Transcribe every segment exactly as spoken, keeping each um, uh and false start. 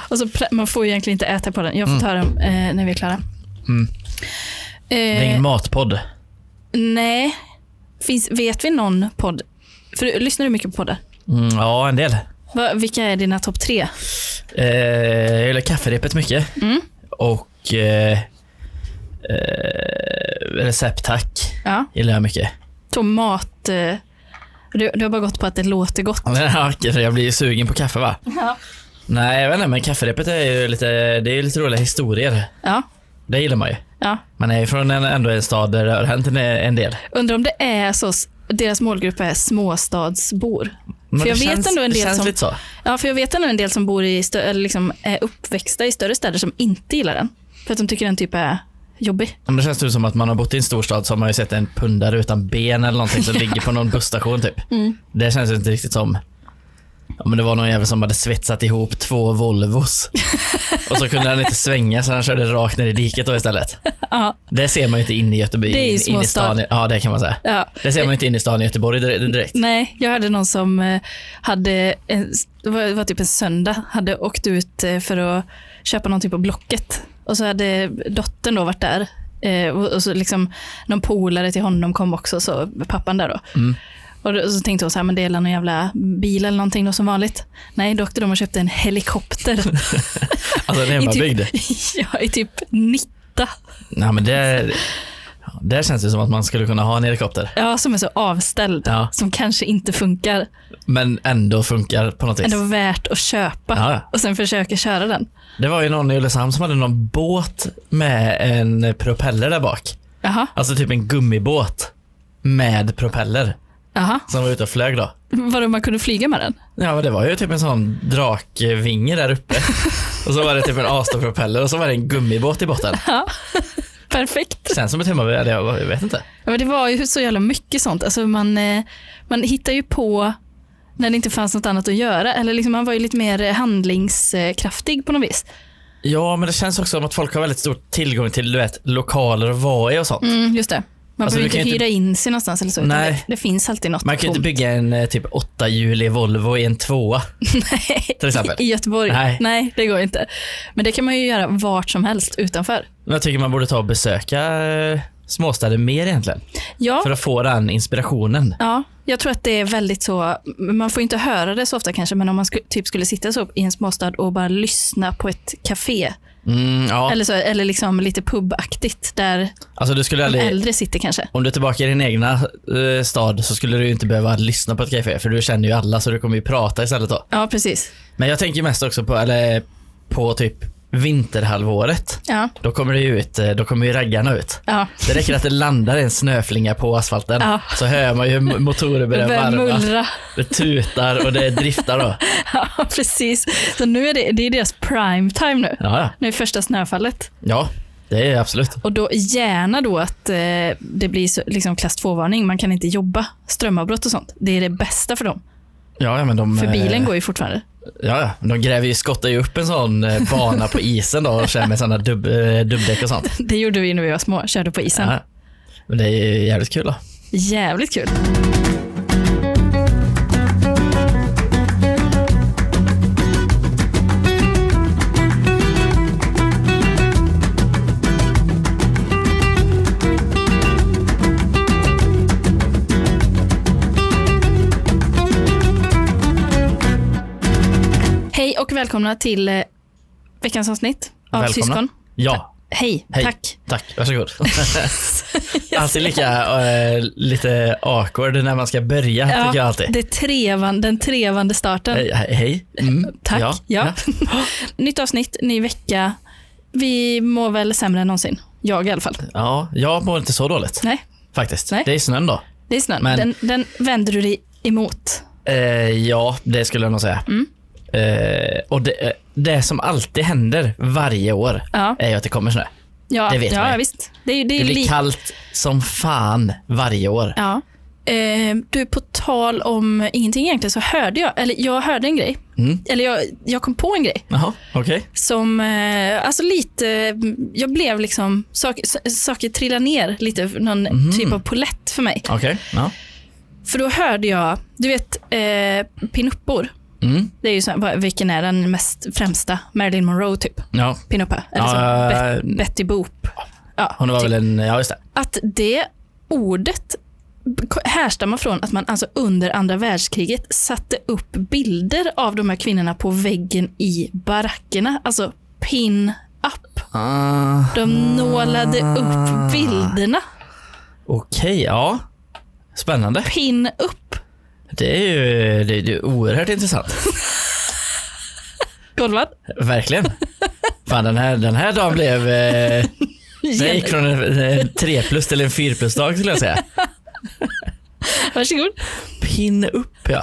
Och så plä- man får ju egentligen inte äta på den. Jag får Mm. ta den eh, när vi är klara. Mm. Eh, Det är ingen matpodd. nej. Finns, vet vi någon podd? För lyssnar du mycket på poddar? Mm, ja, en del. Va, vilka är dina topp tre? Eh, jag gillar kafferepet mycket. Mm. Och eh, eh, recepttack Ja. gillar jag mycket. Tomat... Eh, du, du har bara gått på att det låter gott. Ja, jag blir ju sugen på kaffe, va? Ja. Nej, jag vet inte, men kafferepet är ju lite, det är ju lite roliga historier. Ja. Det gillar man ju. Ja. Man är ju från en, ändå en stad där det har hänt en, en del. Undrar om det är så deras målgrupp är småstadsbor. Men För jag det vet känns, ändå en det del känns som lite så. Ja, för jag vet ändå en del som bor i stö- eller liksom är uppväxta i större städer som inte gillar den. För att de tycker den typ är jobbig. Men det känns ju som att man har bott i en storstad så har man ju sett en pundare utan ben eller någonting som ligger på någon busstation typ. Mm. Det känns inte riktigt som. Ja, men det var någon jävel som hade svetsat ihop två Volvos. Och så kunde han inte svänga så han körde rakt ner i diket då istället. Ja. Det ser man ju inte inne i Göteborg. Det är ju in, in i stan. småstad. Ja, det kan man säga. Ja. Det ser man ju inte inne i stan i Göteborg direkt. Nej, jag hade någon som eh, hade, en, det var, det var typ en söndag, hade åkt ut eh, för att köpa någonting på Blocket. Och så hade dottern då varit där. Eh, och, och så liksom någon polare till honom kom också, så pappan där då. Mm. Och då, så tänkte hon så här, men det är någon jävla bil eller någonting då som vanligt. Nej, då åkte de och köpte en helikopter. Alltså det är I bara typ, byggd. ja, i typ nitta. Nej, men det, det känns ju som att man skulle kunna ha en helikopter. Ja, som är så avställd. Ja. Som kanske inte funkar. Men ändå funkar på något vis. Ändå värt att köpa. Ja, ja. Och sen försöka köra den. Det var ju någon i Ulricehamn som hade någon båt med en propeller där bak. Jaha, Alltså typ en gummibåt med propeller jaha. som var ute och flög då. Vadå, man kunde flyga med den? Ja, men det var ju typ en sån drakvinge där uppe. Och så var det typ en Asta-propeller och så var det en gummibåt i botten. Ja, perfekt. Sen som ett hemma, jag, jag vet inte. Ja, men det var ju så jävla mycket sånt. Alltså man, eh, man hittar ju på när det inte fanns något annat att göra. Eller liksom man var ju lite mer handlingskraftig på något vis. Ja, men det känns också som att folk har väldigt stor tillgång till, du vet, lokaler att vara i och sånt. Mm, just det. Man Alltså, behöver du inte kan hyra inte- in sig någonstans eller så. utan Nej. Det, det finns alltid något. Man kan ju inte tomt. bygga en eh, typ åttahjulig Volvo i en tvåa. Nej, till exempel. i Göteborg. Nej. Nej, det går inte. Men det kan man ju göra vart som helst utanför. Men jag tycker man borde ta och besöka eh, småstäder mer egentligen. Ja, För att få den inspirationen. ja, jag tror att det är väldigt så, man får inte höra det så ofta kanske, men om man sku, typ skulle sitta så i en småstad och bara lyssna på ett café, Mm, ja. eller, så, eller liksom lite pubaktigt, där Alltså du skulle de aldrig, äldre sitter kanske. om du är tillbaka i din egna eh, stad så skulle du ju inte behöva lyssna på ett café för du känner ju alla så du kommer ju prata istället då. Ja, precis. Men jag tänker mest också på, eller på typ vinterhalvåret. Ja, Då kommer det ju ut, eh, då kommer ju raggarna ut. ja. Det räcker att det landar en snöflinga på asfalten Ja. så hör man ju mo- motorer Det börja börjar varva. mullra. Det tutar och det driftar då. Ja, precis. Så nu är det, det är deras prime time nu. Ja, ja. Nu är första snöfallet. Ja, det är absolut. Och då gärna då att eh, det blir så, liksom klass två-varning. Man kan inte jobba, strömavbrott och sånt. Det är det bästa för dem. Ja, ja, men de, För bilen eh, går ju fortfarande. Ja, ja. De gräver ju, skottar ju upp en sån eh, bana på isen då och kör med sådana dubb, eh, dubbdäck och sånt. Det gjorde vi när vi var små, körde på isen. Ja. Men det är ju jävligt kul då. Jävligt kul. Hej och välkomna till eh, veckans avsnitt av Välkomna. Syskon. Ja, Hej, hej. tack. Tack, varsågod. Alltid lika äh, lite awkward när man ska börja, tycker jag alltid. Det trevan, den trevande starten. Hej. hej, hej. Mm. Tack. Ja, Ja. Nytt avsnitt, ny vecka. Vi mår väl sämre än någonsin. Jag i alla fall. ja, jag mår inte så dåligt Nej, faktiskt. Nej. Det är snön då. det är snön. Men- Den, den vänder du dig emot. Eh, ja, det skulle jag nog säga. Mm. Eh, och det, eh, det som alltid händer varje år Ja, är ju att det kommer snö. ja, det vet man ja ju. visst. Det, är ju- det, är Det blir li- kallt som fan varje år. Ja. Eh, du, på tal om ingenting egentligen så hörde jag, eller jag hörde en grej. Mm. Eller jag, jag kom på en grej. Jaha, okej. Som, eh, alltså lite, jag blev liksom, saker, saker trillade ner lite, någon Mhm. typ av polett för mig. Okej, ja. För då hörde jag, du vet, eh, pinuppor. Mm. Det är ju så, vilken är den mest främsta? Marilyn Monroe typ. Ja. Pinuppa. Eller Ja, så, äh, Bet- Betty Boop. Ja, Hon var typ. väl en, ja just det. Att det ordet härstammar från att man alltså under andra världskriget satte upp bilder av de här kvinnorna på väggen i barackerna. Alltså pin up. Ah. De nålade upp bilderna. Okej, ja. Spännande. Pin upp. Det är ju det är, det är oerhört intressant. Golvad. Verkligen. Fan, den här, den här dagen blev... Eh, det gick från en, en tre plus till en fyra plus dag skulle jag säga. Varsågod. Pin upp, ja.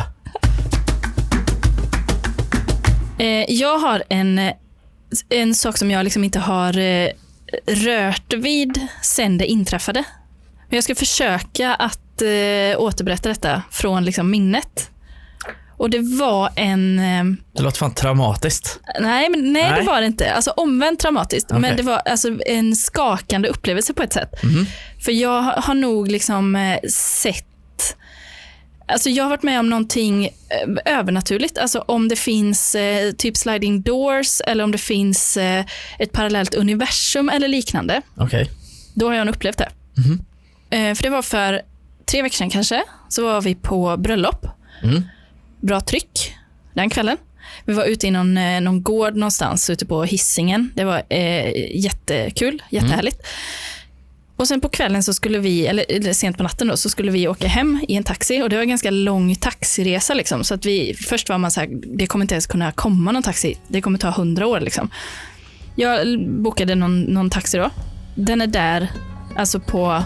Eh, jag har en, en sak som jag liksom inte har eh, rört vid sen det inträffade. Men jag ska försöka att eh, återberätta detta från liksom minnet. Och det var en... Eh, Det låter fan traumatiskt. nej, men, nej, Nej. det var det inte. Alltså omvänt traumatiskt. Okej. Men det var alltså en skakande upplevelse på ett sätt. Mhm. För jag har nog liksom eh, sett... Alltså jag har varit med om någonting eh, övernaturligt. Alltså om det finns eh, typ sliding doors eller om det finns eh, ett parallellt universum eller liknande. Okej. Då har jag nog upplevt det. Mhm. Eh, för det var för tre veckor sedan kanske. Så var vi på bröllop. Mm. Bra tryck den kvällen. Vi var ute i någon, eh, någon gård någonstans ute på Hisingen. Det var eh, jättekul, jättehärligt. Mm. Och sen på kvällen så skulle vi, eller, eller sent på natten då, så skulle vi åka hem i en taxi. Och det var en ganska lång taxiresa liksom. Så att vi, först var man så här, det kommer inte ens kunna komma någon taxi. Det kommer ta hundra år liksom. Jag bokade någon, någon taxi då. Den är där, alltså på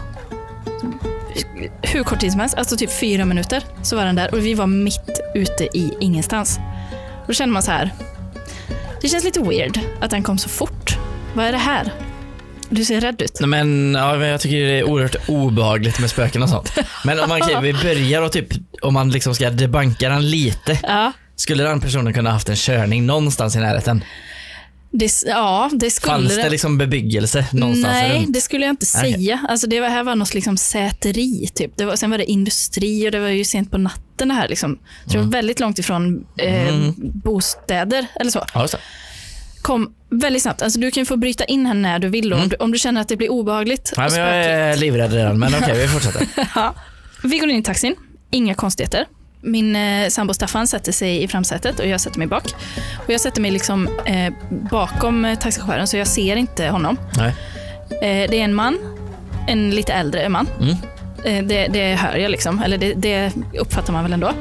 hur kort tid som helst, alltså typ fyra minuter så var den där. Och vi var mitt ute i ingenstans. Och då kände man så här, det känns lite weird att den kom så fort. Vad är det här? Du ser rädd ut. Nej, men ja, men jag tycker det är oerhört obehagligt med spöken och sånt. Men om man okay, vi börjar och typ om man liksom ska debanka den lite. Ja. Skulle den personen kunna haft en körning någonstans i närheten? Det, ja, det skulle Fanns det liksom bebyggelse någonstans? Nej, runt? det skulle jag inte Okay. säga. Alltså det var, här var något liksom säteri typ. Det var, sen var det industri och det var ju sent på natten det här liksom. Så det var väldigt långt ifrån eh, Mm. bostäder eller så. Ja, just det. Kom väldigt snabbt. Alltså du kan få bryta in här när du vill då, Mm. om, du, om du känner att det blir obehagligt. Nej, och men jag är livrädd redan, men okej, okay, vi fortsätter. ja. Vi går in i taxin, inga konstigheter. Min eh, sambo Staffan sätter sig i framsätet och jag sätter mig bak. Och jag sätter mig liksom eh, bakom eh, taxichauffören så jag ser inte honom. Nej. Eh, det är en man, en lite äldre man. Mm. Eh, det, det hör jag liksom, eller det, det uppfattar man väl ändå.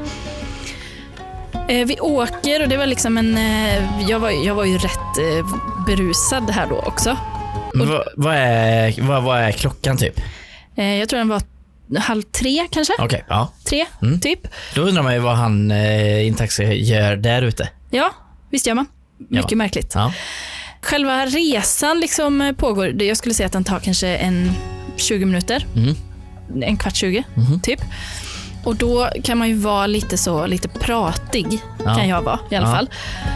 Eh, vi åker och det var liksom en, eh, jag, var, jag var ju rätt eh, berusad här då också. Men vad, vad, är, vad, vad är klockan typ? Eh, jag tror den var halv tre kanske, Okej, okay, ja. tre Mm. typ. Då undrar man ju vad han eh, i en taxi gör där ute. Ja, visst gör man. Mycket Ja. märkligt. Ja. Själva resan liksom pågår, jag skulle säga att den tar kanske en tjugo minuter, Mm. en kvart tjugo Mhm. typ. Och då kan man ju vara lite så, lite pratig Ja. kan jag vara i alla Ja. fall.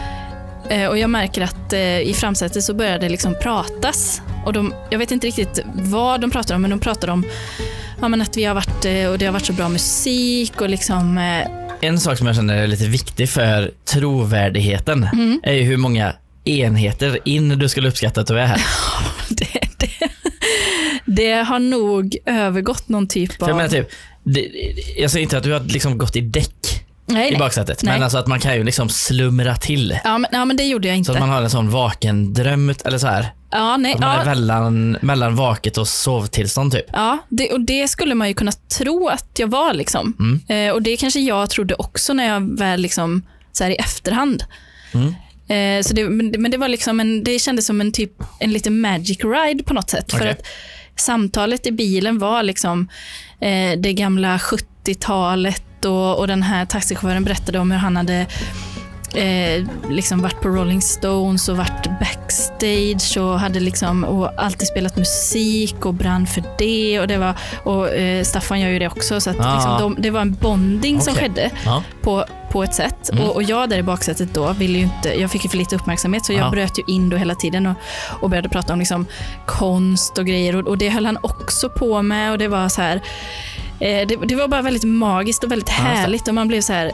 Eh, och jag märker att eh, i framsätet så börjar det liksom pratas. Och de, jag vet inte riktigt vad de pratar om, men de pratar om ja, men att vi har varit, eh, och det har varit så bra musik och liksom... Eh, En sak som jag känner är lite viktig för trovärdigheten Mm. är ju hur många enheter in du skulle uppskatta att du är här. det, det, det har nog övergått någon typ För av... jag menar typ, det, jag säger inte att du har liksom gått i däck nej, i nej. baksätet, Nej. men alltså att man kan ju liksom slumra till. Ja men, ja, men det gjorde jag inte. Så att man har en sån vaken dröm ut- eller så här. ja, nej, Att man är ja, mellan, mellan vaket och sovtillstånd typ. ja det, och det skulle man ju kunna tro att jag var. Liksom. Mm. Eh, och det kanske jag trodde också när jag väl liksom, så här i efterhand. Mm. Eh, så det, men, men det var liksom en, det kändes som en typ en liten magic ride på något sätt. För Okej. att samtalet i bilen var liksom eh, det gamla sjuttiotalet och, och den här taxichauffören berättade om hur han hade eh, liksom varit på Rolling Stones och varit backstage och hade liksom och alltid spelat musik och brann för det och det var och eh, Staffan gör ju det också så att Ah. liksom de, det var en bonding som Okej. skedde Ja. på, på ett sätt Mm. och, och jag där i baksätet då ville ju inte, jag fick ju för lite uppmärksamhet så jag Ja. bröt ju in då hela tiden och, och började prata om liksom konst och grejer och, och det höll han också på med och det var så här eh, det, det var bara väldigt magiskt och väldigt Ja, just det. härligt och man blev så här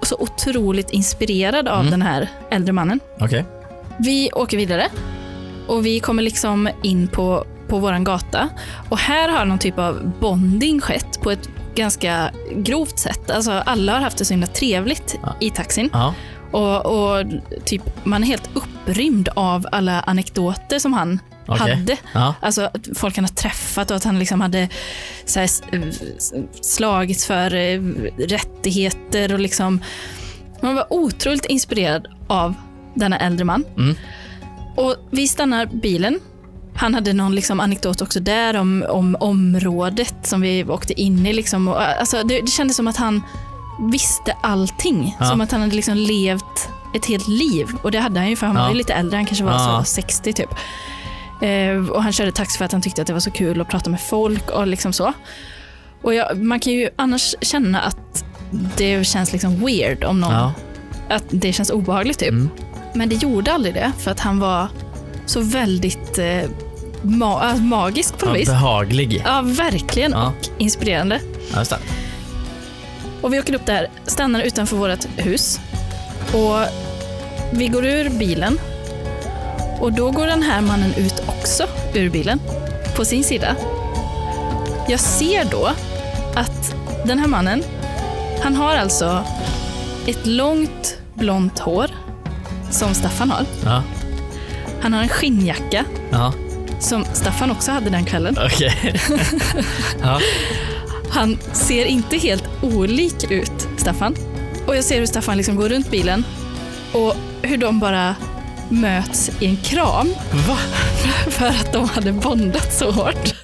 så otroligt inspirerad av mm. den här äldre mannen. Okay. Vi åker vidare och vi kommer liksom in på, på våran gata. Och här har någon typ av bonding skett på ett ganska grovt sätt. Alltså alla har haft det så himla trevligt ja. i taxin. Ja. Och, och typ man är helt upprymd av alla anekdoter som han okay. hade. Ja. Alltså folk han har träffat och att han liksom hade så här, slagits för rättigheter och liksom man var otroligt inspirerad av denna äldre man. Mm. Och vi stannar bilen. Han hade någon liksom anekdot också där om, om området som vi åkte in i liksom. Och, alltså det, det kändes som att han visste allting. Ja. Som att han hade liksom levt ett helt liv. Och det hade han ju för han ja. var ju lite äldre. Han kanske var ja. så sextio typ. Eh, och han körde taxi för att han tyckte att det var så kul att prata med folk och liksom så. Och jag, man kan ju annars känna att det känns liksom weird om någon ja. att det känns obehagligt typ. Mm. Men det gjorde aldrig det för att han var så väldigt eh, ma- magisk på något ja, vis. Behaglig. Ja, verkligen. Ja. Och inspirerande. Ja, just det. Och vi åker upp där, stannar utanför vårt hus. Och vi går ur bilen. Och då går den här mannen ut också ur bilen. På sin sida. Jag ser då att den här mannen, han har alltså ett långt blont hår. Som Staffan har. Ja. Han har en skinnjacka. Ja. Som Staffan också hade den kvällen. Okej. Okay. Ja. Han ser inte helt olik ut, Staffan. Och jag ser hur Staffan liksom går runt bilen. Och hur de bara möts i en kram. Va? För att de hade bondat så hårt.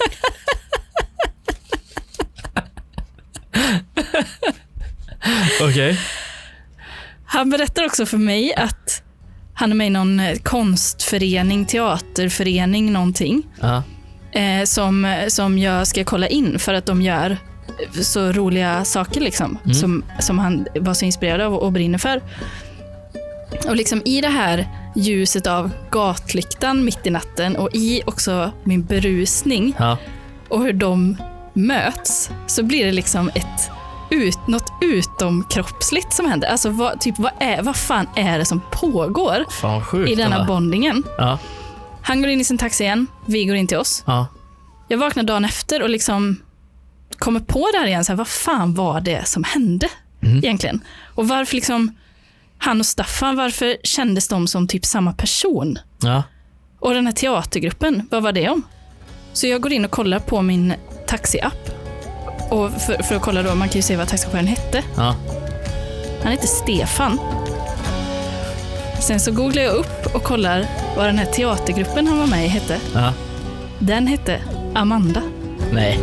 Okej. Okay. Han berättar också för mig att han är med i någon konstförening, teaterförening, någonting. Uh-huh. Eh, som, som jag ska kolla in för att de gör så roliga saker liksom, mm. som, som han var så inspirerad av och, och brinner för. Och liksom i det här ljuset av gatlyktan mitt i natten och i också min berusning uh-huh. och hur de möts så blir det liksom ett ut, något utomkroppsligt som händer. Alltså vad, typ, vad, är, vad fan är det som pågår fan, sjukt, i denna eller? bondingen? Ja. Han går in i sin taxi igen, vi går in till oss. Ja. Jag vaknar dagen efter och liksom kommer på det här igen. Så här, vad fan var det som hände mm. egentligen? Och varför liksom han och Staffan, varför kändes de som typ samma person? Ja. Och den här teatergruppen, vad var det om? Så jag går in och kollar på min taxi-app. Och för, för att kolla då, man kan ju se vad taxichauffören hette. Ja. Han heter Stefan. Sen så googlar jag upp och kollar vad den här teatergruppen han var med i hette. Ja. Den hette Amanda. Nej.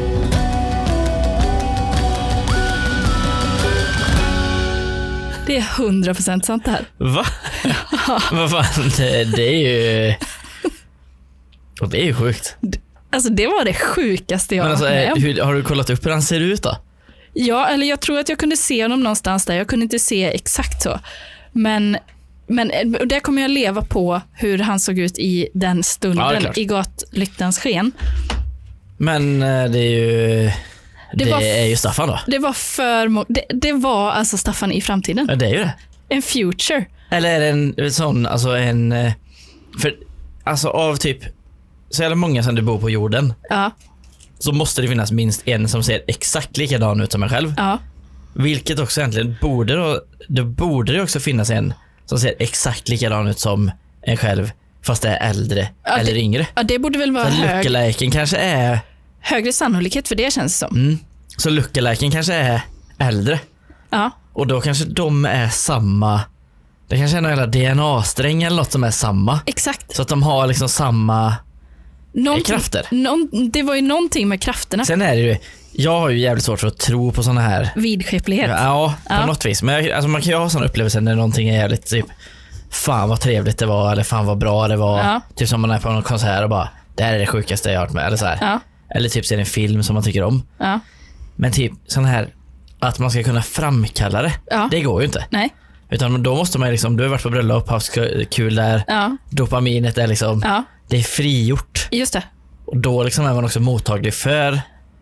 Det är hundra procent sant det här. Va? Ja. Vad fan, det, det är ju... Och det är ju sjukt. Alltså det var det sjukaste jag Men alltså, med om. Hur, har du kollat upp hur han ser ut då? Ja, eller jag tror att jag kunde se honom någonstans där. Jag kunde inte se exakt så. Men, men där kommer jag leva på hur han såg ut i den stunden ja, i gatlyktans sken. Men det är ju... Det, det var, är ju Staffan då. Det var för må- det, det var alltså Staffan i framtiden. Ja, det är ju det. En future. Eller är det en sån, alltså en... För, alltså av typ... Så är det många som du bor på jorden. Ja. Så måste det finnas minst en som ser exakt likadan ut som en själv. Ja. Vilket också egentligen borde då, då borde det också finnas en som ser exakt likadan ut som en själv fast det är äldre ja, eller det, yngre. Ja, det borde väl vara så hög... lookalikeen kanske är högre sannolikhet för det känns som. Mm. Så lookalikeen kanske är äldre. Ja. Och då kanske de är samma. Det kanske är någon jävla D N A-sträng eller något som är samma. Exakt. Så att de har liksom samma krafter. Någon, det var ju någonting med krafterna. Sen är det ju, jag har ju jävligt svårt för att tro på såna här vidskeplighet. Ja, på ja. något vis. Men alltså, man kan ju ha sån upplevelse när någonting är jävligt typ, fan vad trevligt det var eller fan vad bra det var. Ja. Typ som man är på någon konsert och bara, det här är det sjukaste jag har hört med. Eller så här. Ja. Eller typ ser en film som man tycker om. Ja. Men typ sån här, att man ska kunna framkalla det, ja. det går ju inte. Nej. Utan då måste man liksom, du har varit på bröllop, haft kul där, ja. dopaminet är liksom, ja. det är frigjort. Just det. Och då liksom är man också mottaglig för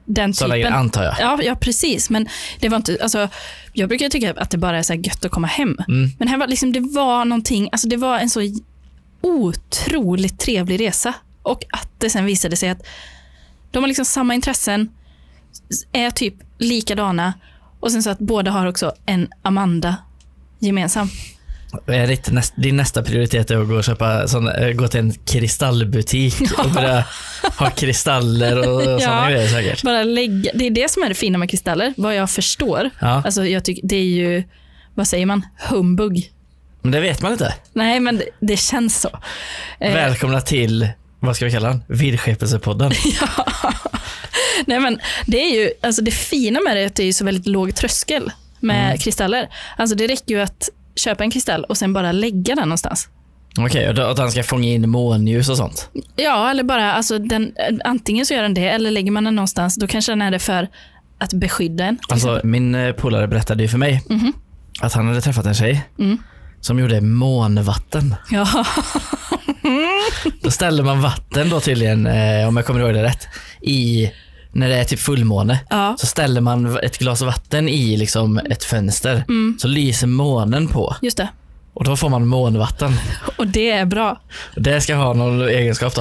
den så typen. länge, antar jag. Ja, ja, precis. Men det var inte, alltså, jag brukar tycka att det bara är så här gött att komma hem. Mm. Men här var liksom, det var någonting, alltså det var en så otroligt trevlig resa. Och att det sen visade sig att de har liksom samma intressen, är typ likadana. Och sen så att båda har också en Amanda gemensam. Är näst, din nästa prioritet är att gå och köpa sån, gå till en kristallbutik och börja ha kristaller och, och ja, sådana grejer säkert. Bara lägga, det är det som är det fina med kristaller, vad jag förstår. Ja. Alltså jag tycker det är ju, vad säger man, humbug. Men det vet man inte. Nej, men det, det känns så. Välkomna till, vad ska vi kalla den? Vidskepelsepodden. Ja. Nej, men det är ju, alltså det fina med det är att det är så väldigt låg tröskel med mm. kristaller. Alltså det räcker ju att köpa en kristall och sen bara lägga den någonstans. Okej, okay, och att den ska fånga in månljus och sånt? Ja, eller bara, alltså den, antingen så gör den det eller lägger man den någonstans, då kanske den är det för att beskydda en. Alltså min polare berättade ju för mig mm-hmm. att han hade träffat en tjej mm. som gjorde månvatten. Ja. Då ställer man vatten då tydligen, eh, om jag kommer ihåg det rätt, i när det är typ fullmåne, ja. Så ställer man ett glas vatten i liksom ett fönster mm. så lyser månen på. Just det. Och då får man månvatten. Och det är bra. Och det ska ha någon egenskap då.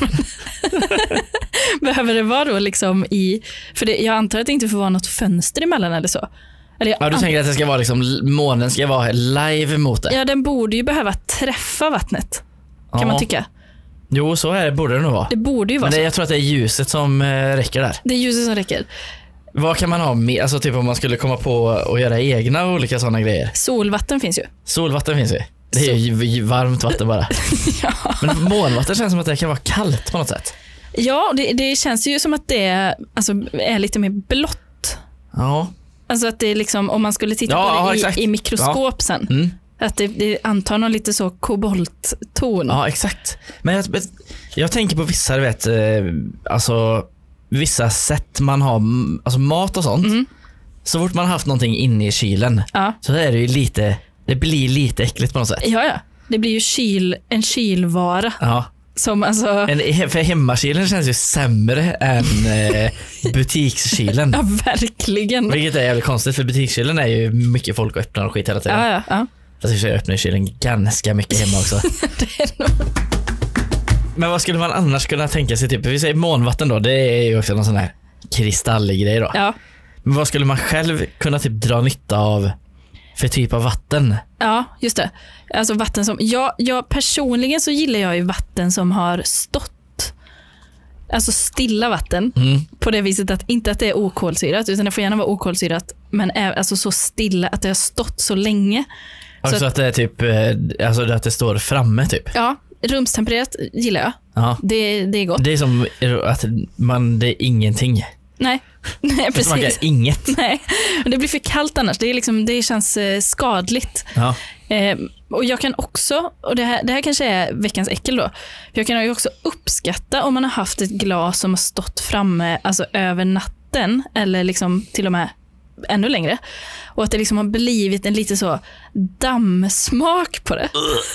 Behöver det vara då liksom i, för det, jag antar att det inte får vara något fönster emellan eller så. Eller ja, du tänker att det ska vara liksom, månen ska vara live mot det. Ja, den borde ju behöva träffa vattnet. Kan ja. man tycka. Jo, så är det, borde det nog vara. Det borde ju vara. Men det, så. Jag tror att det är ljuset som eh, räcker där. Det är ljuset som räcker. Vad kan man ha med? Alltså typ om man skulle komma på och göra egna olika sådana grejer. Solvatten finns ju. Solvatten finns ju. Det är ju, ju varmt vatten bara. Ja. Men månvatten känns som att det kan vara kallt på något sätt. Ja, det, det känns ju som att det är, alltså, är lite mer blått. Ja. Alltså att det är liksom, om man skulle titta ja, på det ja, i, i mikroskop ja. sen. Mm. Att det, det antar någon lite så koboltton. Ja, exakt. Men jag, jag tänker på vissa, du vet, alltså vissa sätt man har, alltså mat och sånt. Mm. Så fort man har haft någonting inne i kylen ja. så är det ju lite, det blir lite äckligt på något sätt. Ja, ja. Det blir ju kyl, en kylvara. Ja. Som alltså... en, för hemmakylen känns ju sämre än eh, butikskylen. Ja, verkligen. Vilket är jävligt konstigt, för butikskylen är ju mycket folk och öppnar och skit hela tiden. Ja, ja, ja. Fast jag öppnar kylen ganska mycket hemma också. Det är nog... Men vad skulle man annars kunna tänka sig? Typ, vi säger månvatten då, det är ju också någon sån här kristallgrej då. Ja. Men vad skulle man själv kunna typ dra nytta av för typ av vatten? Ja, just det. Alltså vatten som, jag, jag personligen så gillar jag ju vatten som har stått, alltså stilla vatten mm. på det viset att inte att det är okolsyrat, utan det får gärna vara okolsyrat, men är alltså så stilla att det har stått så länge. Alltså så att, att det är typ, alltså att det står framme typ. Ja, rumstempererat gillar jag. Ja. Det, det är gott. Det är som att man, det är ingenting. Nej, nej precis. Det smakar inget. Nej, det blir för kallt annars. Det, är liksom, det känns eh, skadligt. Ja. Eh, och jag kan också, och det här, det här kanske är veckans äckel då, jag kan ju också uppskatta om man har haft ett glas som har stått framme alltså över natten eller liksom till och med ännu längre. Och att det liksom har blivit en lite så dammsmak på det.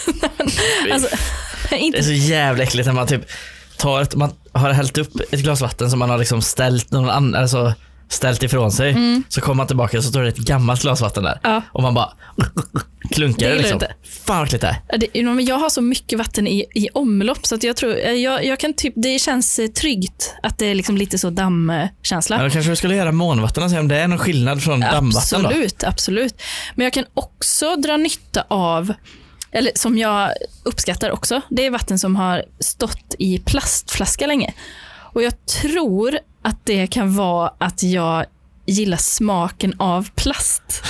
Alltså, inte... Det är så jävla äckligt när man typ tar ett, man har hällt upp ett glas vatten som man har liksom ställt någon annan, alltså ställt ifrån sig. Mm. Så kommer man tillbaka och så står det ett gammalt glas vatten där. Ja. Och man bara klunkar det liksom. Inte. Fan vad äckligt det är. Det, jag har så mycket vatten i, i omlopp så att jag tror jag, jag kan typ, det känns tryggt att det är liksom lite så dammkänsla. Ja, då kanske vi skulle göra månvatten och se om det är någon skillnad från ja, dammvatten då. Absolut, absolut. Men jag kan också dra nytta av, eller som jag uppskattar också, det är vatten som har stått i plastflaska länge. Och jag tror att det kan vara att jag gillar smaken av plast.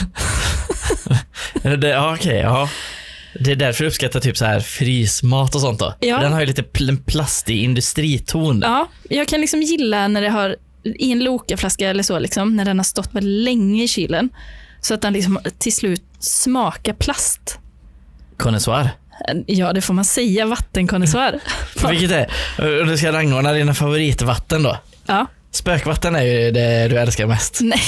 det, ja, okej, ja. Det är därför jag uppskattar typ så här frysmat och sånt då. Ja. Den har ju lite pl- en plastig industriton. Ja, jag kan liksom gilla när det har i en Loka-flaska eller så liksom, när den har stått väldigt länge i kylen. Så att den liksom till slut smakar plast. Konnässör. Ja, det får man säga, vattenkonnässör. Vilket är? Och du ska rangordna dina favoritvatten då? Ja. Spökvatten är ju det du älskar mest. Nej.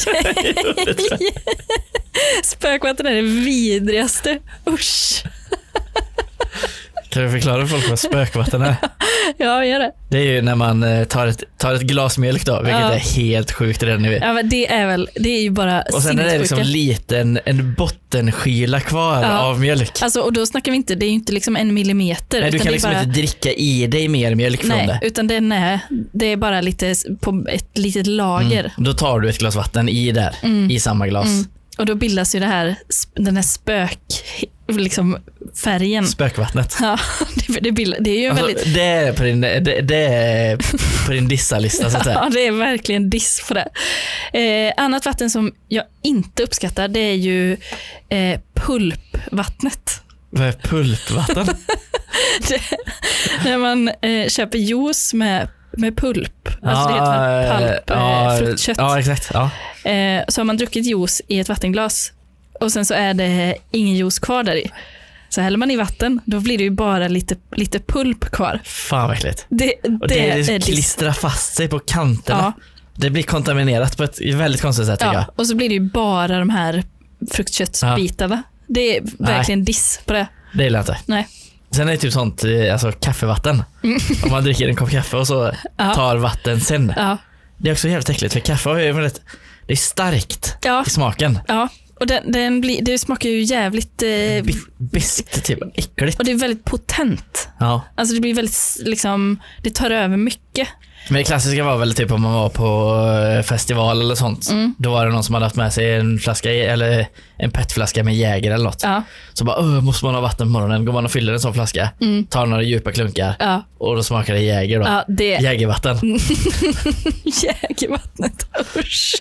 Spökvatten är det vidrigaste. Usch. Kan du förklara för folk vad spökvatten är? Ja, gör det. Det är ju när man tar ett, tar ett glas mjölk då, vilket ja. är helt sjukt redan nu. Ja, men det är väl, det är ju bara och sen är det liksom liten, en bottenskyla kvar ja. av mjölk. Alltså, och då snackar vi inte, det är ju inte liksom en millimeter. Nej, du kan liksom bara... inte dricka i dig mer mjölk från nej, det. Utan det är, nej, det är bara lite på ett litet lager. Mm. Då tar du ett glas vatten i där, mm. i samma glas. Mm. Och då bildas ju det här, den här spök, liksom färgen. Spökvattnet. Ja, det, det, bild, det är ju alltså, väldigt... Det är på din, det, det är på din dissa-lista så att säga. Ja, det är verkligen diss på det. Eh, annat vatten som jag inte uppskattar, det är ju eh, pulpvattnet. Vad är pulpvatten? det, när man eh, köper juice med med pulp, alltså det heter väl palp, ja, fruktkött. Ja, exakt. Ja. Eh, så har man druckit juice i ett vattenglas och sen så är det ingen juice kvar där i. Så häller man i vatten, då blir det ju bara lite, lite pulp kvar. Fan vad äckligt. Det, och det, det, det klistrar fast sig på kanterna. Ja. Det blir kontaminerat på ett väldigt konstigt sätt tycker ja, jag. Och så blir det ju bara de här fruktköttsbitarna. Ja. Det är verkligen Nej. diss på det. Det gillar jag inte. Nej. Sen är det typ sånt, alltså kaffevatten. Mm. Om man dricker en kopp kaffe och så ja. tar vatten sen. Ja. Det är också jävligt äckligt för kaffe är väldigt, det är starkt ja. i smaken. Ja, och den, den blir, det smakar ju jävligt... Eh, biskt, typ äckligt. Och det är väldigt potent. Ja. Alltså det blir väldigt, liksom, det tar över mycket. Men det klassiska var väl typ om man var på festival eller sånt. Mm. Då var det någon som hade haft med sig en flaska eller en petflaska med Jäger eller något. Ja. Så bara, måste man ha vatten på morgonen? Går man och fyller en sån flaska, mm. tar några djupa klunkar ja. och då smakar det Jäger då. Ja, det... Jägervatten. Jägervattnet, usch.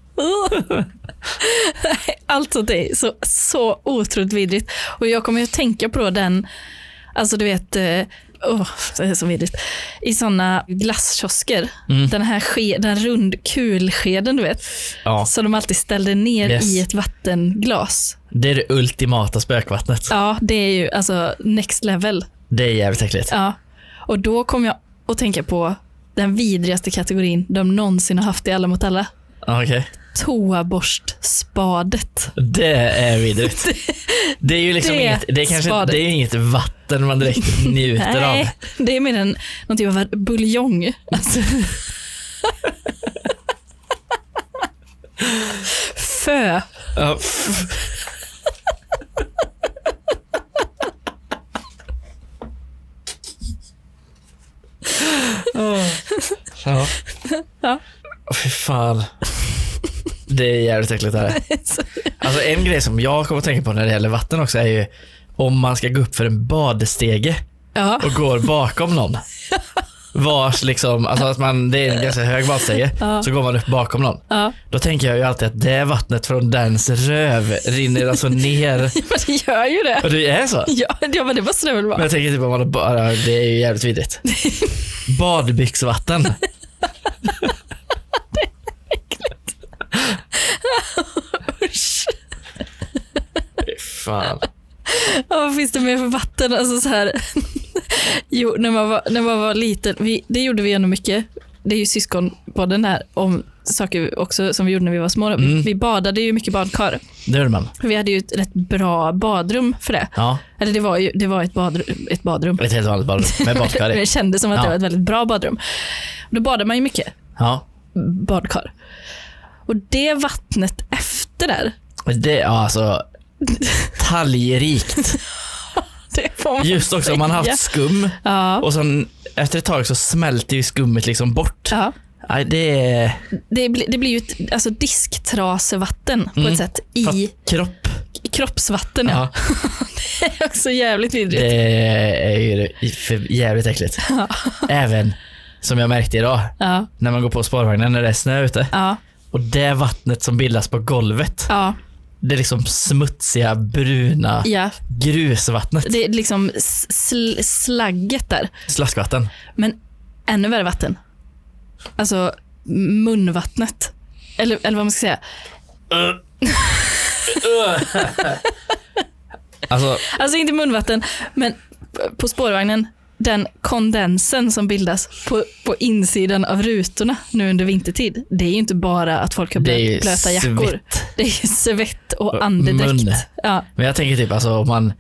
Alltså det är så, så otroligt vidrigt. Och jag kommer ju att tänka på den, alltså du vet... Oh, det är så vidrigt. I såna glasskiosker. Mm. Den här ske, den rund kulskeden du vet. Ja. Så de alltid ställde ner yes. i ett vattenglas. Det är det ultimata spökvattnet. Ja, det är ju alltså next level. Det är jävligt äckligt. Ja. Och då kom jag att tänka på den vidrigaste kategorin de någonsin har haft i Alla mot alla. Okej. Okay. Toaborstspadet. Det är vidrigt. Det, det är ju liksom det inget, det är kanske spadet. Det är inget vatten man direkt njuter Nej, av. Det är mer en någon typ av buljong. Alltså. Fö. Ja. Oh. Ja. Ja. Oh, fy fan. Det är jävligt äckligt det här. Alltså en grej som jag kommer att tänka på när det gäller vatten också är ju om man ska gå upp för en badstege ja. och går bakom någon. Vars liksom, alltså att man, det är en ganska hög badstege ja. så går man upp bakom någon. Ja. Då tänker jag ju alltid att det vattnet från dens röv rinner alltså ner. Ja, men det gör ju det. Och det är så? Ja, ja men det måste det väl vara. Men jag tänker typ om man bara, det är ju jävligt vidrigt. Badbyxvatten. Fan. Ja, vad finns det mer för vatten? Alltså så här. Jo, när man var, när man var liten, vi, det gjorde vi ändå mycket. Det är ju syskonpodden här om saker också som vi gjorde när vi var små. Mm. Vi badade ju mycket badkar. Det gjorde man. Vi hade ju ett rätt bra badrum för det. Ja. Eller det var ju det var ett, badrum, ett badrum. Ett helt vanligt badrum med badkar. Det kändes som att ja. det var ett väldigt bra badrum. Då badade man ju mycket. Ja. Badkar. Och det vattnet efter där. Det är alltså talgrikt. Just också om man har haft skum ja. och sen efter ett tag så smälter ju skummet liksom bort. Ja. Nej, det, är... det, blir, det blir ju ett alltså disktrasevatten på mm. ett sätt i kropp. kroppsvatten. Ja. Det är också jävligt vidrigt. Det är ju jävligt äckligt. Ja. Även som jag märkte idag ja. när man går på spårvagnen när det är snö ute. Ja. Och det vattnet som bildas på golvet. Ja. Det är liksom smutsiga, bruna ja. grusvattnet. Det är liksom sl- slagget där. Slaskvatten. Men ännu värre vatten. Alltså munvattnet. Eller, eller vad man ska säga. Uh. Uh. alltså. alltså inte munvatten, men på spårvagnen. Den kondensen som bildas på, på insidan av rutorna nu under vintertid. Det är ju inte bara att folk har blöt, blöta jackor. Svett. Det är svett och andedräkt. Ja. Men jag tänker typ alltså om man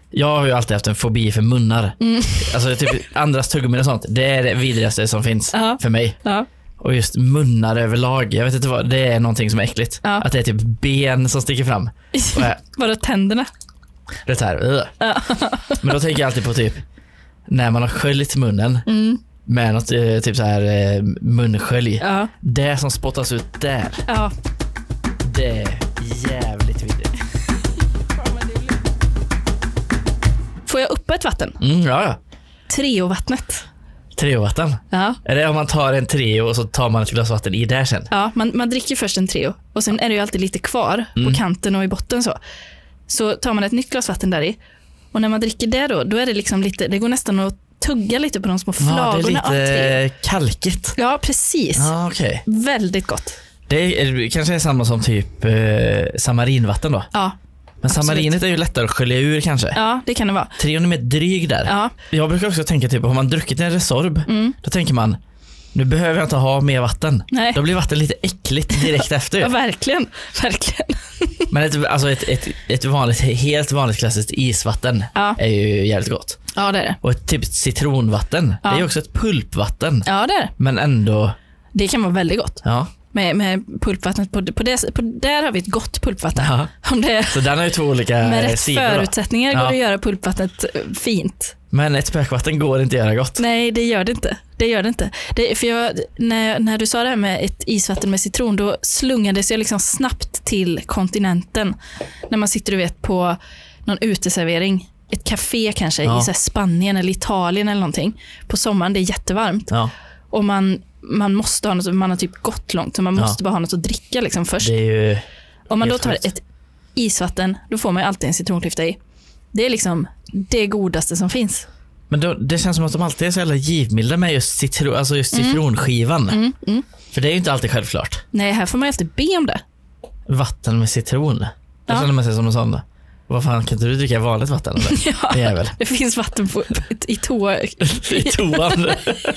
Jag har ju alltid haft en fobi för munnar. Mm. Alltså typ andras tuggummin och sånt. Det är det vidrigaste som finns uh-huh. för mig. Uh-huh. Och just munnar överlag. Jag vet inte vad, det är någonting som är äckligt. Uh-huh. Att det är typ ben som sticker fram. Vadå tänderna? Det här. Uh. Men då tänker jag alltid på typ när man har sköljt munnen mm. med något typ så här munskölj. Uh. Det som spottas ut där. Uh. Det är jävligt vidrigt. Får jag upp ett vatten? Mm, ja, ja. Treo-vattnet. Treo-vatten? Ja. Är det om man tar en Treo och så tar man ett glas vatten i där sen? Ja, man, man dricker först en Treo och sen är det ju alltid lite kvar mm. på kanten och i botten så. Så tar man ett nytt glas vatten där i. Och när man dricker det då, då är det liksom lite, det går nästan att tugga lite på de små flagorna av Treo. Ja, det är lite kalkigt. Ja, precis. Ja, okej. Okay. Väldigt gott. Det är, kanske är samma som typ eh, samarinvatten då? Ja. Men samarinet är ju lättare att skölja ur kanske. Ja, det kan det vara. Treon är mer dryg där. Ja. Jag brukar också tänka typ, om man druckit en Resorb, mm. då tänker man, nu behöver jag inte ha mer vatten. Nej. Då blir vatten lite äckligt direkt efter. Ja, verkligen. Verkligen. Men ett, alltså ett, ett, ett vanligt, helt vanligt klassiskt isvatten ja. är ju jävligt gott. Ja, det är det. Och ett typ citronvatten, ja. det är ju också ett pulpvatten. Ja, det är det. Men ändå... Det kan vara väldigt gott. Ja. Med, med pulpvattnet på, på, det, på där har vi ett gott pulpvatten. Ja. Om det, så den har ju två olika med rätt sidor förutsättningar ja. går det att göra pulpvattnet fint. Men ett spökvatten går inte att göra gott. Nej, det gör det inte. Det gör det inte. Det, för jag, när, när du sa det här med ett isvatten med citron, då slungades jag liksom snabbt till kontinenten. När man sitter, du vet, på någon uteservering. Ett café kanske ja. i så här Spanien eller Italien eller någonting. På sommaren, det är jättevarmt. Ja. Och man, man måste ha något, man har typ gått långt, så man måste ja. bara ha något att dricka liksom först. Det är ju om man då tar ett isvatten, då får man ju alltid en citronklyfta i. Det är liksom det godaste som finns. Men då, det känns som att de alltid är så jävla givmilda med just, citron, alltså just mm. citronskivan. Mm, mm. För det är ju inte alltid självklart. Nej, här får man alltid be om det. Vatten med citron. Då ja. känner man sig som en sån. Vad fan, kan inte du dricka vanligt vatten? Eller? Ja, det, är väl. Det finns vatten på, i toa. I toan.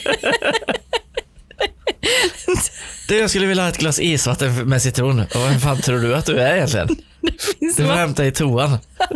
Du, jag skulle vilja ha ett glas isvatten med citron. Och vem fan tror du att du är egentligen? Du får hämta i toan.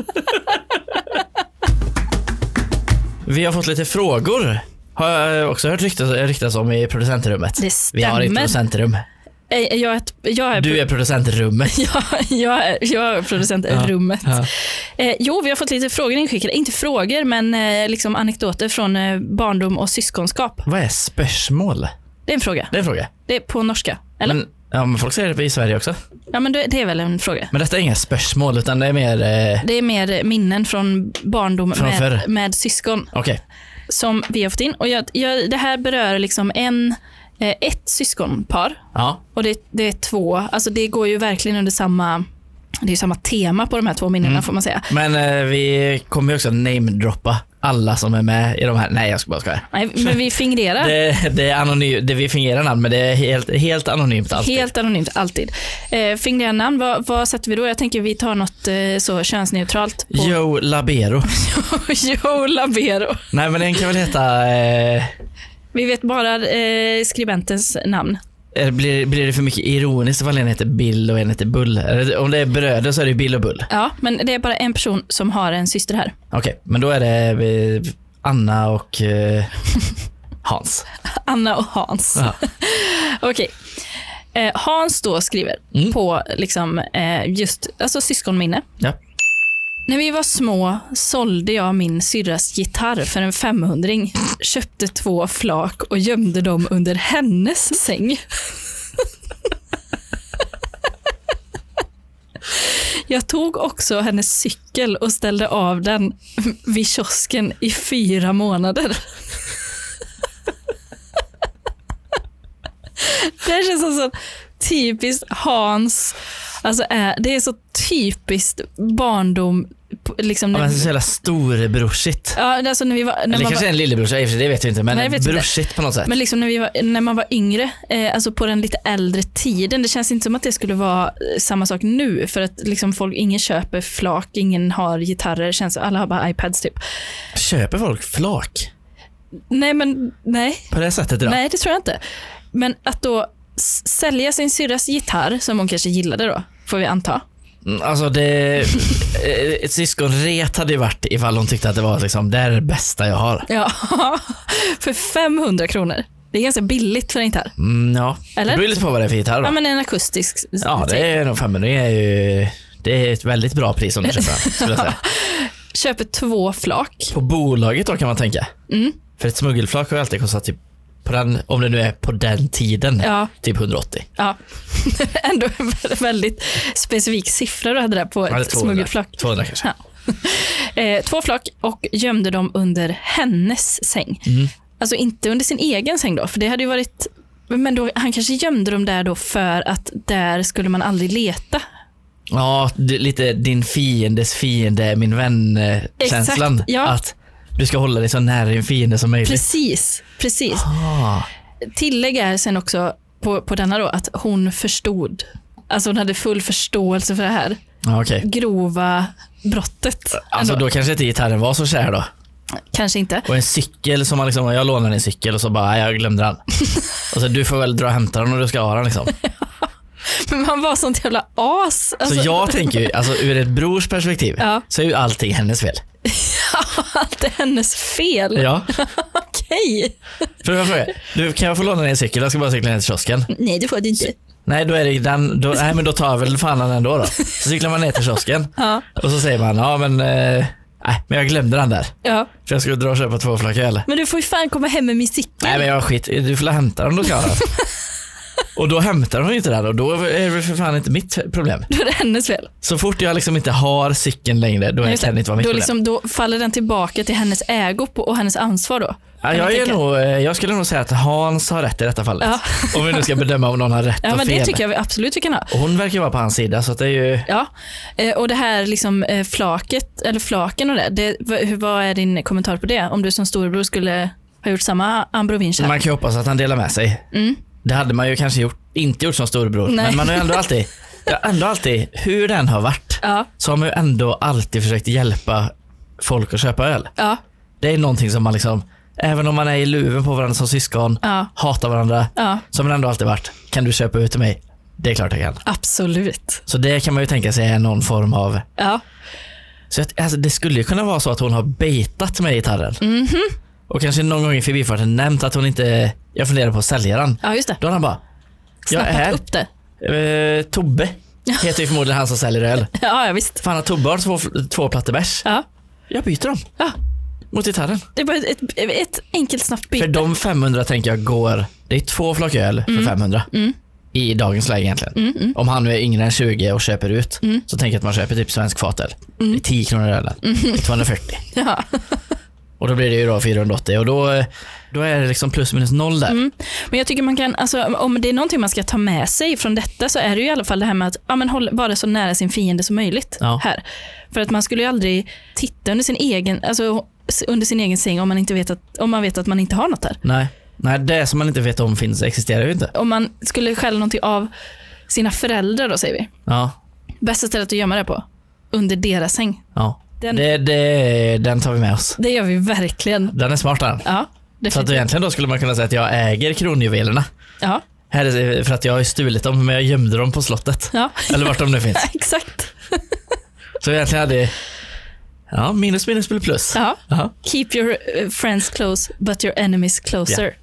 Vi har fått lite frågor. Har jag också hört ryktas, ryktas om i producentrummet. Det stämmer. Vi har ett producentrum. Jag är, jag är du är producentrummet. Ja, jag är, jag är producentrummet. Ja, ja. Eh, jo, vi har fått lite frågor inskickade. Inte frågor, men eh, liksom anekdoter från eh, barndom och syskonskap. Vad är spörsmål? Det är en fråga. Det är en fråga. Det är på norska, eller? Men, ja, men folk säger det i Sverige också. Ja, men det är väl en fråga. Men detta är inga spörsmål, utan det är mer... Eh... Det är mer minnen från barndom från med, med syskon. Okej. Okay. Som vi har fått in. Och jag, jag, det här berör liksom en... ett syskonpar ja. och det, det är två, alltså det går ju verkligen under samma, det är ju samma tema på de här två minnena mm. får man säga. Men eh, vi kommer ju också namedroppa alla som är med i de här. Nej, jag ska bara skoja. Nej, men vi fingerar. det, det är anonymt, det vi fingerar namn, men det är helt, helt anonymt alltid. Helt anonymt alltid. Eh, fingerar namn, vad, vad sätter vi då? Jag tänker vi tar något eh, så könsneutralt. På... Joe Labero. Joe Labero. Nej, men den kan väl heta... Eh... Vi vet bara eh, skribentens namn. Blir, blir det för mycket ironiskt ifall en heter Bill och en heter Bull? Om det är bröder så är det Bill och Bull. Ja, men det är bara en person som har en syster här. Okej, okay, men då är det eh, Anna och eh, Hans. Anna och Hans. Okej. Okay. Eh, Hans då skriver mm. på liksom, eh, just alltså syskonminne. Ja. När vi var små sålde jag min syrras gitarr för en femhundring, köpte två flak och gömde dem under hennes säng. Jag tog också hennes cykel och ställde av den vid kiosken i fyra månader. Det känns som så typiskt Hans. Alltså är, det är så typiskt barndom liksom. Ja, men så jävla storebrorsigt. Ja, alltså när vi var när eller man kanske var, en lillebrorsa, det vet vi inte, men nej, brorsigt på något sätt. Men liksom när vi var när man var yngre, eh, alltså på den lite äldre tiden, det känns inte som att det skulle vara samma sak nu, för att liksom folk, ingen köper flak, ingen har gitarrer, känns alla har bara iPads typ. Köper folk flak? Nej, men nej. På det sättet då? Nej, det tror jag inte. Men att då sälja sin syrras gitarr, som hon kanske gillade då, får vi anta. Alltså det, ett syskonret hade ju varit ifall hon tyckte att det var liksom, det är det bästa jag har. Ja, för femhundra kronor. Det är ganska billigt för en gitarr. Mm, ja, eller? Det beror lite på vad det är för gitarr då. Ja, men en akustisk. Ja, det är nog femhundra. Det är ju det är ett väldigt bra pris om du köper den, skulle jag säga. Köper två flak. På bolaget då kan man tänka. Mm. För ett smuggelflak har ju alltid kostat typ på den, om det nu är på den tiden, ja. typ hundraåttio. Ja, ändå en väldigt specifik siffra du hade där på ett smuggelflak. tvåhundra kanske. Ja. eh, två flak och gömde dem under hennes säng. Mm. Alltså inte under sin egen säng då, för det hade ju varit, men då, han kanske gömde dem där då för att där skulle man aldrig leta. Ja, det, lite din fiendes fiende, min vän-känslan. Exakt, ja. Att du ska hålla dig så nära din fiende som möjligt. Precis, precis. Ah. Tillägg är sen också på, på denna då att hon förstod. Alltså hon hade full förståelse för det här Ah, okay. grova brottet. Alltså ändå. Då kanske inte gitarren var så kär då. Kanske inte. Och en cykel som man liksom, jag lånade en cykel och så bara, jag glömde den. Och så du får väl dra och hämta den och du ska ha den liksom. Men man var sånt jävla as. Alltså. Så jag tänker ju, alltså ur ett brors perspektiv, ja. Så är ju allting hennes fel. Ja, allt är hennes fel. Ja. Okej. För jag frågar, du, kan jag få låna en cykel? Jag ska bara cykla ner till kiosken. Nej, det får du inte. Nej, då är det den, då, nej men då tar jag väl fan den ändå då. Så cyklar man ner till kiosken. Ja. Och så säger man, ja men eh, nej, men jag glömde den där. Ja. För jag skulle dra och köpa två flak öl. Men du får ju fan komma hem med min cykel. Nej men jag skit, du får hämta den då, ska jag. Och då hämtar hon inte den och då är det för fan inte mitt problem. Då är det hennes fel. Så fort jag liksom inte har cykeln längre, då är det inte vara mitt då problem. Liksom, då faller den tillbaka till hennes ägo och hennes ansvar då. Ja, jag, är nog, jag skulle nog säga att Hans har rätt i detta fallet. Ja. Om vi nu ska bedöma om någon har rätt ja, och men fel. Det tycker jag vi absolut vi kan ha. Och hon verkar vara på hans sida, så att det är ju... Ja, och det här liksom flaket, eller flaken och det, det vad är din kommentar på det? Om du som storebror skulle ha gjort samma ambrovinch här. Man kan ju hoppas att han delar med sig. Mm. Det hade man ju kanske gjort, inte gjort som storebror. Nej. Men man har ju ändå alltid, ändå alltid, hur den har varit, ja. Så har man ju ändå alltid försökt hjälpa folk att köpa öl. Ja. Det är någonting som man liksom, även om man är i luven på varandra som syskon, ja. Hatar varandra, ja. Så har man ändå alltid varit, kan du köpa ut till mig? Det är klart jag kan. Absolut. Så det kan man ju tänka sig är någon form av... Ja. Så att, alltså, det skulle ju kunna vara så att hon har baitat med gitarren. Mm-hmm. Och kanske någon gång i förbifarten nämnt att hon inte, jag funderar på att sälja den. Ja, just det. Då har han bara, jag snappat är upp det. Eh, Tobbe heter ju förmodligen han som säljer öl. Ja, ja visst. Fan, att Tobbe har två, två plattor bärs. Ja. Jag byter dem. Ja. Mot gitarren. Det är bara ett, ett, ett enkelt snabbt byte. För de femhundra tänker jag går, det är två flak öl för mm. femhundra. Mm. I dagens läge egentligen. Mm, mm. Om han nu är yngre än tjugo och köper ut, mm. så tänker jag att man köper typ svensk fatöl. Mm. Det är tio kronor ölen. Mm. tvåhundrafyrtio. Ja. Och då blir det ju då fyrahundraåttio och då, då är det liksom plus minus noll där. Mm. Men jag tycker man kan, alltså, om det är någonting man ska ta med sig från detta, så är det ju i alla fall det här med att ja, men håll, vara så nära sin fiende som möjligt. Ja. Här. För att man skulle ju aldrig titta under sin egen, alltså, under sin egen säng om man, inte vet att, om man vet att man inte har något där. Nej. Nej, det som man inte vet om finns existerar ju inte. Om man skulle stjäla någonting av sina föräldrar då, säger vi. Ja. Bästa stället att gömma det på, under deras säng. Ja. Den, det, det, den tar vi med oss. Det gör vi verkligen. Den är smart den. Ja, så att egentligen då skulle man kunna säga att jag äger kronjuvelerna. Ja. Här är, för att jag har stulit dem, men jag gömde dem på slottet. Ja. Eller vart de nu finns. Exakt. Så egentligen hade ja, minus minus blir plus. Ja. Uh-huh. Keep your friends close but your enemies closer. Yeah.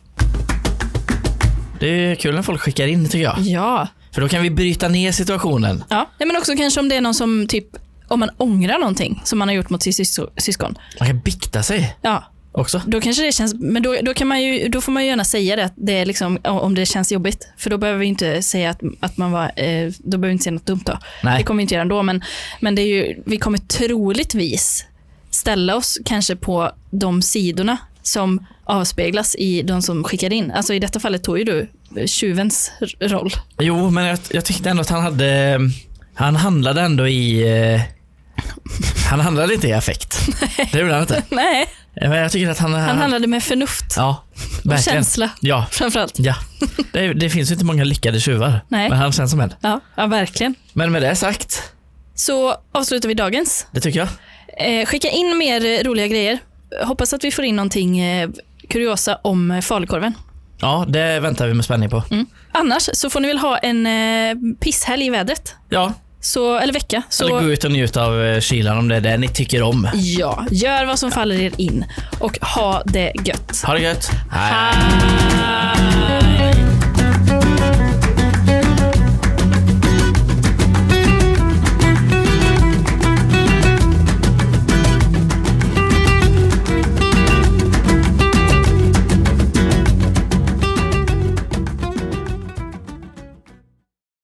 Det är kul när folk skickar in, tycker jag. Ja. För då kan vi bryta ner situationen. Ja, men också kanske om det är någon som typ, om man ångrar någonting som man har gjort mot sin syskon. Man kan bikta sig. Ja. Också. Då kanske det känns, men då, då kan man ju, då får man ju gärna säga det, att det är liksom, om det känns jobbigt, för då behöver vi inte säga att, att man var, eh, då behöver vi inte säga något dumt då. Nej. Det kommer vi inte göra ändå, men, men det är ju, vi kommer troligtvis ställa oss kanske på de sidorna som avspeglas i de som skickar in. Alltså i detta fallet tog ju du tjuvens roll. Jo, men jag, jag tyckte ändå att han hade, han handlade ändå i eh, han handlade inte i affekt. Nej. Det gjorde han inte. Nej. Men jag tycker att han, han handlade med förnuft. Ja, och känsla. Ja, framförallt. Ja. Det, det finns ju inte många lyckade tjuvar. Nej. Men han känns som en. Ja, ja, verkligen. Men med det sagt så avslutar vi dagens. Det tycker jag. Eh, skicka in mer roliga grejer. Hoppas att vi får in någonting eh, kuriosa om falukorven. Ja, det väntar vi med spänning på. Mm. Annars så får ni väl ha en eh, pisshelg i vädret. Ja, Så, eller vecka. Så, eller gå ut och njuta av kylan om det är det ni tycker om. Ja, gör vad som ja. faller er in. Och ha det gött. Ha det gött. Hej. Hej.